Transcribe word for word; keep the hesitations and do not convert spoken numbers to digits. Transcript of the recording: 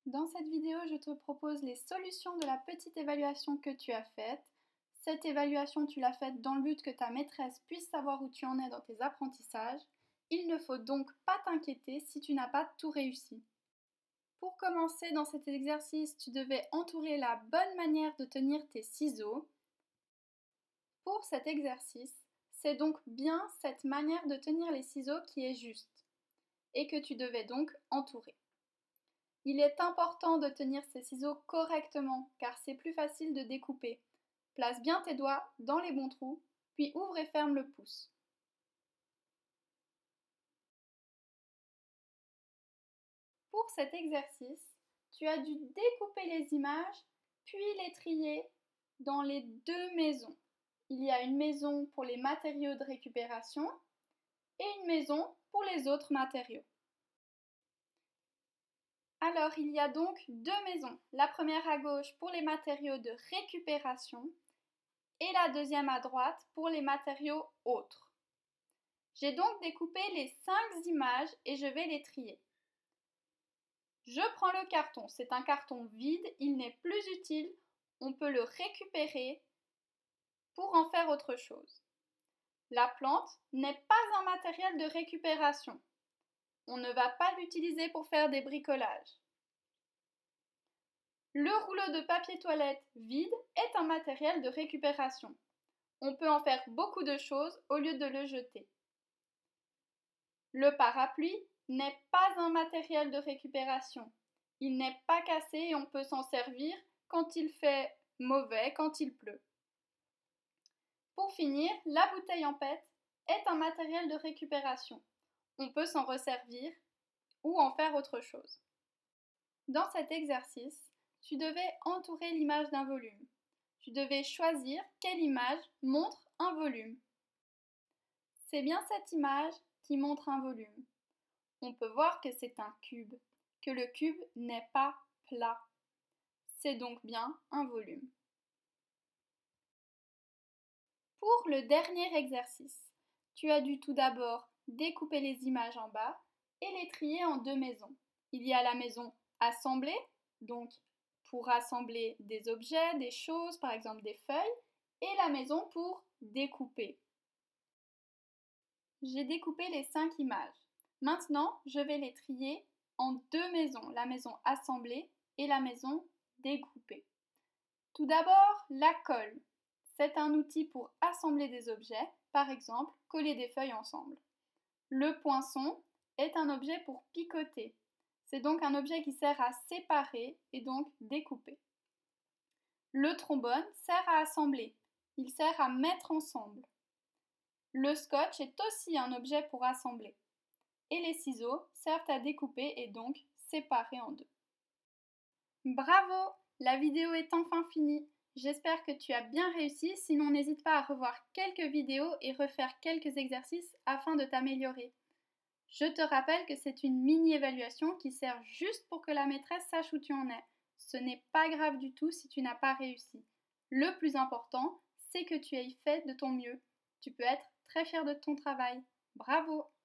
Dans cette vidéo, je te propose les solutions de la petite évaluation que tu as faite. Cette évaluation, tu l'as faite dans le but que ta maîtresse puisse savoir où tu en es dans tes apprentissages. Il ne faut donc pas t'inquiéter si tu n'as pas tout réussi. Pour commencer dans cet exercice, tu devais entourer la bonne manière de tenir tes ciseaux. Pour cet exercice, c'est donc bien cette manière de tenir les ciseaux qui est juste et que tu devais donc entourer. Il est important de tenir ces ciseaux correctement car c'est plus facile de découper. Place bien tes doigts dans les bons trous, puis ouvre et ferme le pouce. Pour cet exercice, tu as dû découper les images, puis les trier dans les deux maisons. Il y a une maison pour les matériaux de récupération et une maison pour les autres matériaux. Alors, il y a donc deux maisons. La première à gauche pour les matériaux de récupération et la deuxième à droite pour les matériaux autres. J'ai donc découpé les cinq images et je vais les trier. Je prends le carton. C'est un carton vide, il n'est plus utile. On peut le récupérer pour en faire autre chose. La plante n'est pas un matériel de récupération. On ne va pas l'utiliser pour faire des bricolages. Le rouleau de papier toilette vide est un matériel de récupération. On peut en faire beaucoup de choses au lieu de le jeter. Le parapluie n'est pas un matériel de récupération. Il n'est pas cassé et on peut s'en servir quand il fait mauvais, quand il pleut. Pour finir, la bouteille en P E T est un matériel de récupération. On peut s'en resservir ou en faire autre chose. Dans cet exercice, tu devais entourer l'image d'un volume. Tu devais choisir quelle image montre un volume. C'est bien cette image qui montre un volume. On peut voir que c'est un cube, que le cube n'est pas plat. C'est donc bien un volume. Pour le dernier exercice, tu as dû tout d'abord découper les images en bas et les trier en deux maisons. Il y a la maison assemblée, donc pour assembler des objets, des choses, par exemple des feuilles, et la maison pour découper. J'ai découpé les cinq images. Maintenant, je vais les trier en deux maisons, la maison assemblée et la maison découpée. Tout d'abord, la colle. C'est un outil pour assembler des objets, par exemple, coller des feuilles ensemble. Le poinçon est un objet pour picoter. C'est donc un objet qui sert à séparer et donc découper. Le trombone sert à assembler. Il sert à mettre ensemble. Le scotch est aussi un objet pour assembler. Et les ciseaux servent à découper et donc séparer en deux. Bravo! La vidéo est enfin finie. J'espère que tu as bien réussi, sinon n'hésite pas à revoir quelques vidéos et refaire quelques exercices afin de t'améliorer. Je te rappelle que c'est une mini-évaluation qui sert juste pour que la maîtresse sache où tu en es. Ce n'est pas grave du tout si tu n'as pas réussi. Le plus important, c'est que tu aies fait de ton mieux. Tu peux être très fier de ton travail. Bravo!